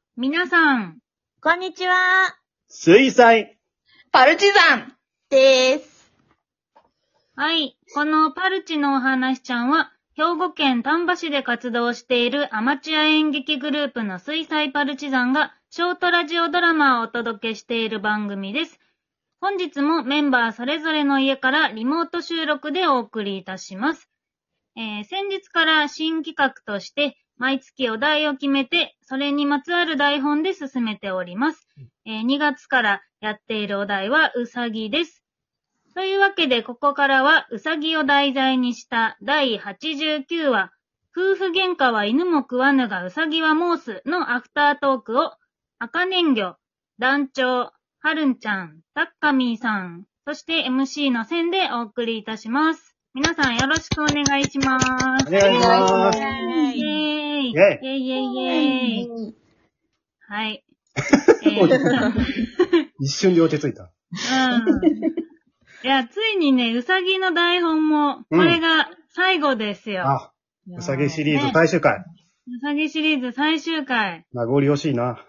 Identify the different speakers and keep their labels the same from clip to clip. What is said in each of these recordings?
Speaker 1: 皆さん、
Speaker 2: こんにちは。
Speaker 3: 水彩。
Speaker 2: パルチザンです。
Speaker 1: はい。このパルチのお話ちゃんは、兵庫県丹波市で活動しているアマチュア演劇グループの水彩パルチザンが、ショートラジオドラマをお届けしている番組です。本日もメンバーそれぞれの家からリモート収録でお送りいたします。先日から新企画として、毎月お題を決めて、それにまつわる台本で進めております。2月からやっているお題はうさぎです。というわけで、ここからはうさぎを題材にした第89話、夫婦喧嘩は犬も食わぬがうさぎは申すのアフタートークを、赤年魚、団長、はるんちゃん、たっかみーさん、そして MC の線でお送りいたします。皆さんよろしくお願いします。
Speaker 3: お願いします。
Speaker 1: イェーイイェーイイェーイイェーイはい。
Speaker 3: 一瞬で落ち着いた。
Speaker 1: いや、ついにね、うさぎの台本も、これが最後ですよ。
Speaker 3: あ、うさぎシリーズ最終回。
Speaker 1: うさぎシリーズ最終回。
Speaker 3: 名残惜しいな。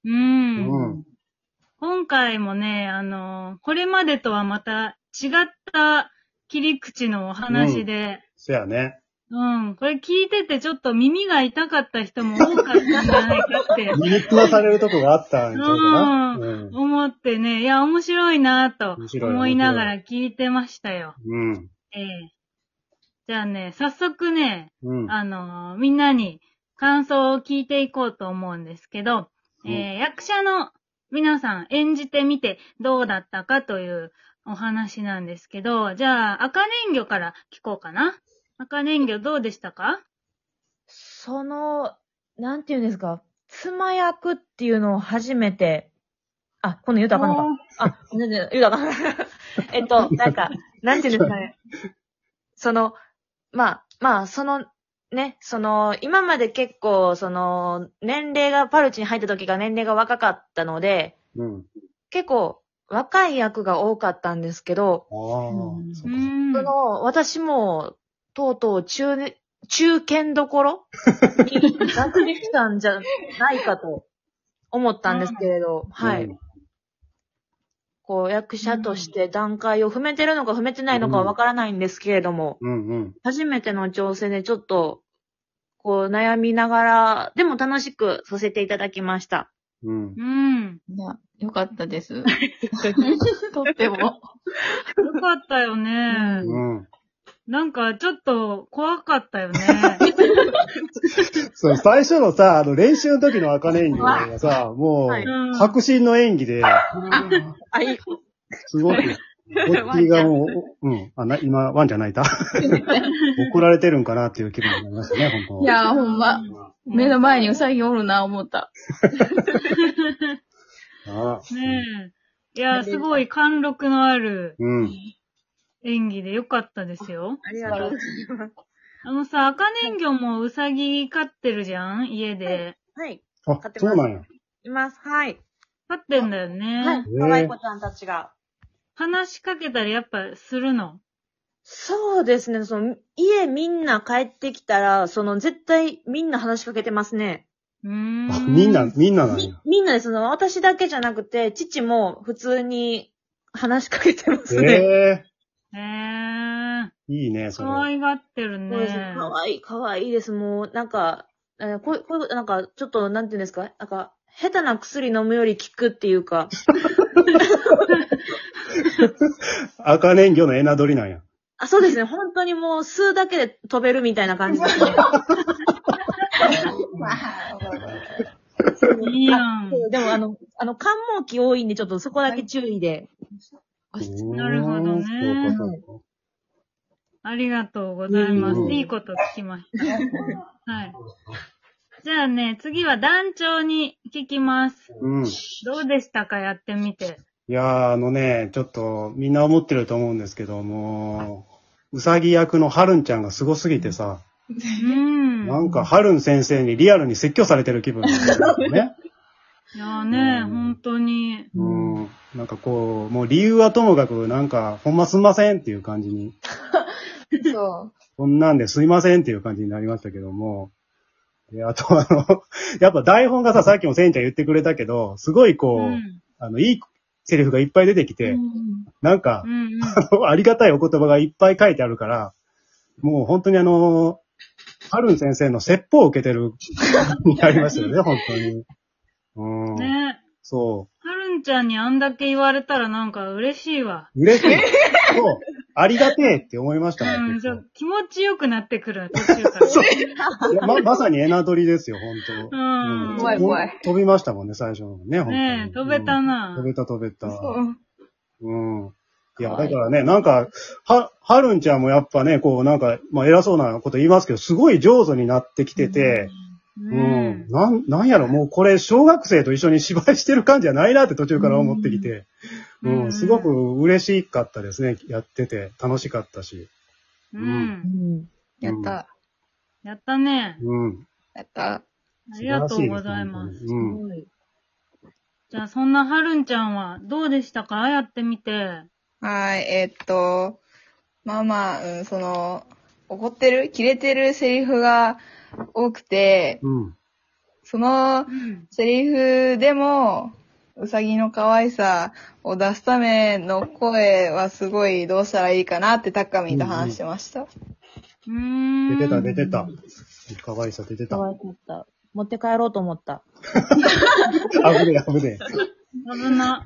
Speaker 1: 今回もね、これまでとはまた違った切り口のお話で。
Speaker 3: そやね。
Speaker 1: これ聞いててちょっと耳が痛かった人も多かったんじゃないかって。
Speaker 3: 耳つまされるとこがあったんちゃうかな。
Speaker 1: 思ってね、いや、面白いなぁと思いながら聞いてましたよ。じゃあね、早速ね、みんなに感想を聞いていこうと思うんですけど、役者の皆さん演じてみてどうだったかというお話なんですけど、じゃあ赤年魚から聞こうかな。赤年魚どうでしたか？
Speaker 2: なんていうんですか、妻役っていうのを初めて、今度言うたらあかんのか。言うたらあかん。なんか、なんていうんですかね。今まで結構、年齢が、パルチに入った時が年齢が若かったので、結構、若い役が多かったんですけど、私も、とうとう中堅どころになってきたんじゃないかと思ったんですけれど、はい。役者として段階を踏めてるのか踏めてないのかはわからないんですけれども、初めての挑戦でちょっと、悩みながら、でも楽しくさせていただきました。
Speaker 4: いや、よかったです。とっても。よ
Speaker 1: かったよね。なんか、ちょっと、怖かったよね。
Speaker 3: そう、最初のさ、練習の時の赤年魚がさ、もう、迫真の演技で、すごく、こっちがもう、今、ワンちゃん泣いた怒られてるんかなっていう気分になりましたね、本当。
Speaker 4: いや、ほんま、目の前にウサギおるな、思った。
Speaker 1: ねえ。いや、すごい貫禄のある、演技でよかったですよ。
Speaker 2: ありがとうございます。
Speaker 1: 赤年魚もウサギ飼ってるじゃん家で。
Speaker 2: はい。
Speaker 3: 飼ってます。そうなんや。
Speaker 2: います。はい。
Speaker 1: 飼ってんだよね。
Speaker 2: はい。かわい子ちゃんたちが。
Speaker 1: 話しかけたらやっぱするの？
Speaker 2: そうですね。家みんな帰ってきたら、絶対みんな話しかけてますね。
Speaker 3: みんななんや。
Speaker 2: みんなです。私だけじゃなくて、父も普通に話しかけてますね。
Speaker 3: いいね、それ。
Speaker 1: 可愛がってるね。
Speaker 2: そうです。かわいいです。もう、なんか、なんか、ちょっと、なんていうんですか？なんか、下手な薬飲むより効くっていうか。
Speaker 3: 赤年魚のエナドリなんや。
Speaker 2: そうですね。本当にもう、吸うだけで飛べるみたいな感じですね。
Speaker 1: いいやん。
Speaker 2: でも、関門期多いんで、ちょっとそこだけ注意で。
Speaker 1: なるほどね。ありがとうございます。いいこと聞きました。はい。じゃあね、次は団長に聞きます。どうでしたか、やってみて。
Speaker 3: いやー、ちょっとみんな思ってると思うんですけども、うさぎ役のはるんちゃんがすごすぎてさ、なんかはるん先生にリアルに説教されてる気分なんだよね。
Speaker 1: いやーね、本当に。
Speaker 3: なんかもう理由はともかく、なんか、ほんますんませんっていう感じに。
Speaker 4: そう。
Speaker 3: こんなんですいませんっていう感じになりましたけども、 で、あとやっぱ台本がさっきもせんちゃん言ってくれたけど、すごいこう、いいセリフがいっぱい出てきて、なんか、ありがたいお言葉がいっぱい書いてあるから、もう本当にハルン先生の説法を受けてるになりますよね、本当に。
Speaker 1: ね。
Speaker 3: そう。
Speaker 1: ハルンちゃんにあんだけ言われたらなんか嬉しいわ。
Speaker 3: 嬉しい。そう。ありがてえって思いましたね。
Speaker 1: 気持ちよくなってくる、途中から。
Speaker 3: そう。まさにエナドリですよ、本当。
Speaker 2: 怖い怖い。
Speaker 3: 飛びましたもんね、最初のね、本当に。
Speaker 1: ねえ、飛べたな。
Speaker 3: 飛べた。いや、だからね、なんか、はるんちゃんもやっぱね、こう、なんか、まあ偉そうなこと言いますけど、すごい上手になってきてて、なんやろ、もうこれ、小学生と一緒に芝居してる感じじゃないなって途中から思ってきて、すごく嬉しかったですね、やってて、楽しかったし。
Speaker 4: やった。
Speaker 1: やったね。
Speaker 4: やった。
Speaker 1: ありがとうございます。じゃあ、そんなはるんちゃんはどうでしたか？やってみて。
Speaker 4: はい、怒ってる、キレてるセリフが多くて、そのセリフでも、うさぎの可愛さを出すための声はすごいどうしたらいいかなってタッカミンと話してました。
Speaker 3: 出てた。可愛さ出てた。
Speaker 2: 可愛かった。持って帰ろうと思った。
Speaker 3: 危ねえ。
Speaker 1: 危な。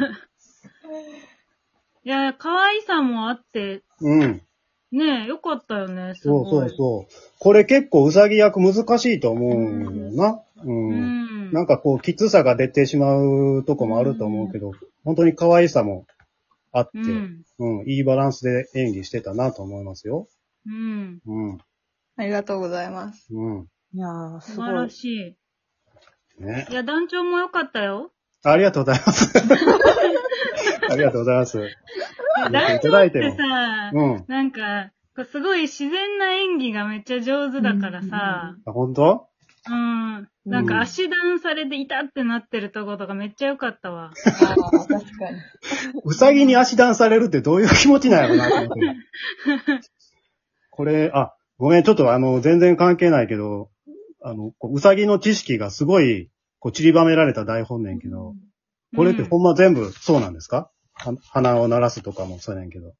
Speaker 1: いや、可愛さもあって、ねえ、よかったよね、すごい。
Speaker 3: そう。これ結構うさぎ役難しいと思うんよな。なんかこう、きつさが出てしまうとこもあると思うけど、本当に可愛さもあって、いいバランスで演技してたなと思いますよ。
Speaker 4: ありがとうございます。
Speaker 2: いやー、すごい。
Speaker 1: 素晴らしい。
Speaker 3: ね。
Speaker 1: いや、団長もよかったよ。
Speaker 3: ありがとうございます。ありがとうございます。
Speaker 1: 団長ってさ、なんか、すごい自然な演技がめっちゃ上手だからさ。
Speaker 3: 本当？
Speaker 1: なんか足段されていたってなってるとことかめっちゃ良かったわ。
Speaker 4: 確かに。
Speaker 3: うさぎに足段されるってどういう気持ちなんやろなと思って。これ、ごめん、ちょっと全然関係ないけど、うさぎの知識がすごい、こう散りばめられた台本ねんけど、これってほんま全部そうなんですか？鼻を鳴らすとかもそうやねんけど。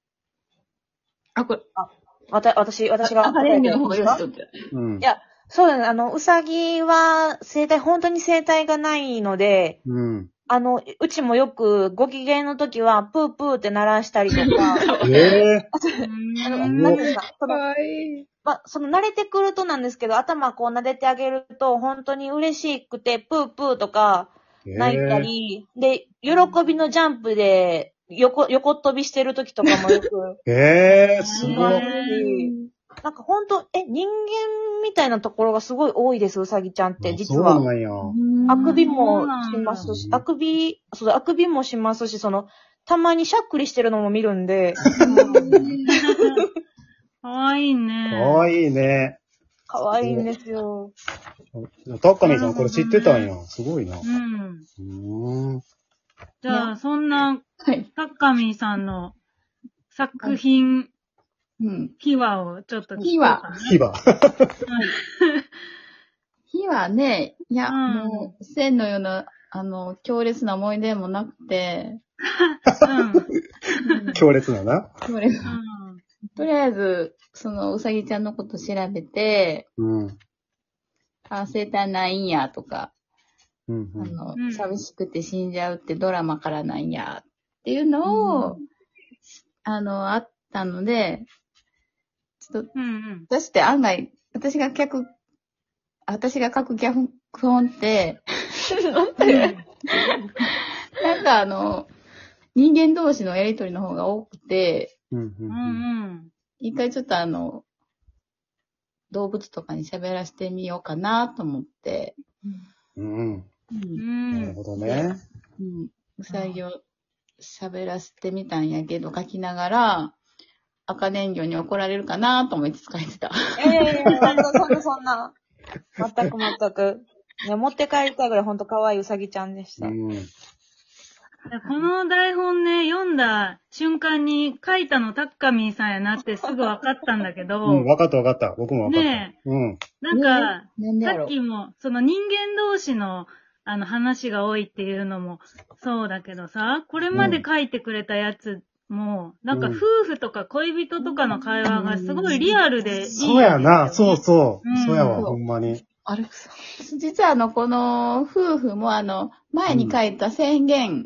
Speaker 2: 私が。
Speaker 4: レンゲの方がよしとって。
Speaker 2: いや、そうだね。うさぎは本当に声帯がないので、うちもよくご機嫌の時は、プープーって鳴らしたりとか。なんですか、慣れてくるとなんですけど、頭こう撫でてあげると、本当に嬉しくて、プープーとか、泣いたり、で、喜びのジャンプで、横飛びしてる時とかもよく。
Speaker 3: すごい。
Speaker 2: なんか本当、人間みたいなところがすごい多いです、うさぎちゃんって、実は。
Speaker 3: そうなんや。
Speaker 2: あくびもしますし、あくびもしますし、たまにしゃっくりしてるのも見るんで。
Speaker 1: かわいいね。
Speaker 3: かわいいね。
Speaker 2: かわいいんですよ。
Speaker 3: タッカミンさんこれ知ってたんや。すごいな。
Speaker 1: じゃあ、そんな、タッカミンさんの作品、秘話をちょっと聞こうかな。
Speaker 4: 秘話ね、いや、もう、線のような、強烈な思い出もなくて。
Speaker 3: 強烈なな。
Speaker 4: とりあえず、うさぎちゃんのこと調べて、生態ないんや、とか、寂しくて死んじゃうってドラマからなんや、っていうのを、あったので、ちょっと、私って案外、私が書く脚本って、なんか人間同士のやりとりの方が多くて、一回ちょっと動物とかに喋らせてみようかなと思って、
Speaker 3: なるほどね。
Speaker 4: うさぎを喋らせてみたんやけど、書きながら、赤年魚に怒られるかなと思いつつ書いてた。
Speaker 2: そんな。全く。いや、持って帰りたいぐらいほんと可愛いうさぎちゃんでした。
Speaker 1: この台本ね、読んだ瞬間に書いたのタッカミーさんやなってすぐ分かったんだけど。
Speaker 3: 分かった。僕も分かった。
Speaker 1: ねえ。なんか、さっきも、その人間同士の、話が多いっていうのもそうだけどさ、これまで書いてくれたやつも、なんか夫婦とか恋人とかの会話がすごいリアルでいい、ね。
Speaker 3: そうやな、そう。そうやわ、ほんまに。
Speaker 4: アレクサ。実はこの夫婦も前に書いた宣言。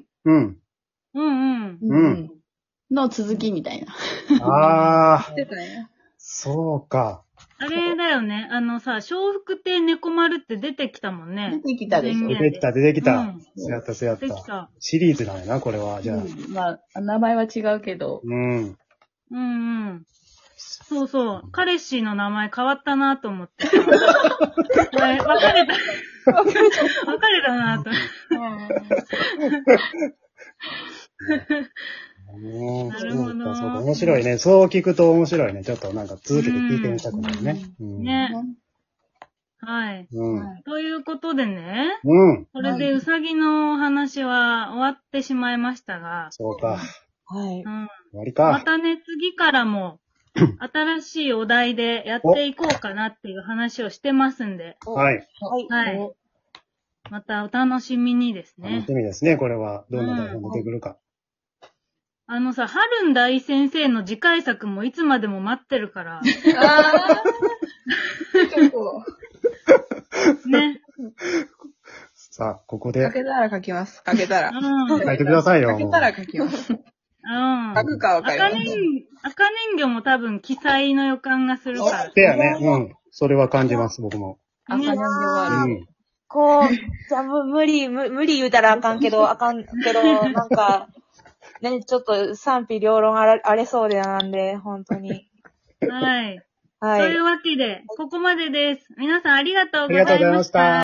Speaker 4: の続きみたいな。
Speaker 3: ああ。そうか。
Speaker 1: あれだよね。笑福亭猫丸って出てきたもんね。
Speaker 4: 出てきたでしょ。
Speaker 3: 出てきた。そうやった。シリーズなんやな、これは。じゃあ。
Speaker 4: まあ、名前は違うけど。
Speaker 1: そう。彼氏の名前変わったなと思って。別れたなと。なるほど。
Speaker 3: そうか、面白いね。そう聞くと面白いね。ちょっとなんか続けて聞いてみたくなるね。
Speaker 1: ね。はい。ということでね。これでうさぎの話は終わってしまいましたが。
Speaker 3: そうか。
Speaker 2: はい。
Speaker 3: 終わりか。
Speaker 1: またね、次からも、新しいお題でやっていこうかなっていう話をしてますんで。
Speaker 3: はい。
Speaker 1: またお楽しみにですね。
Speaker 3: 楽しみですね、これは。どんな台本出てくるか。
Speaker 1: 春ん大先生の次回作もいつまでも待ってるから。ね。
Speaker 3: さあ、ここで。
Speaker 5: 書けたら書きます。書けたら。
Speaker 3: 書いてくださいよ。
Speaker 5: 書けたら書きます。書くかわかります。
Speaker 1: 赤人魚も多分記載の予感がするから。
Speaker 3: でやね。それは感じます、僕も。
Speaker 4: 赤人魚はある。
Speaker 2: じゃあ無理言うたらあかんけど、なんか、ね、ちょっと賛否両論あれそうでなんで、本当に。
Speaker 1: はい。というわけで、ここまでです。皆さんありがとうございました。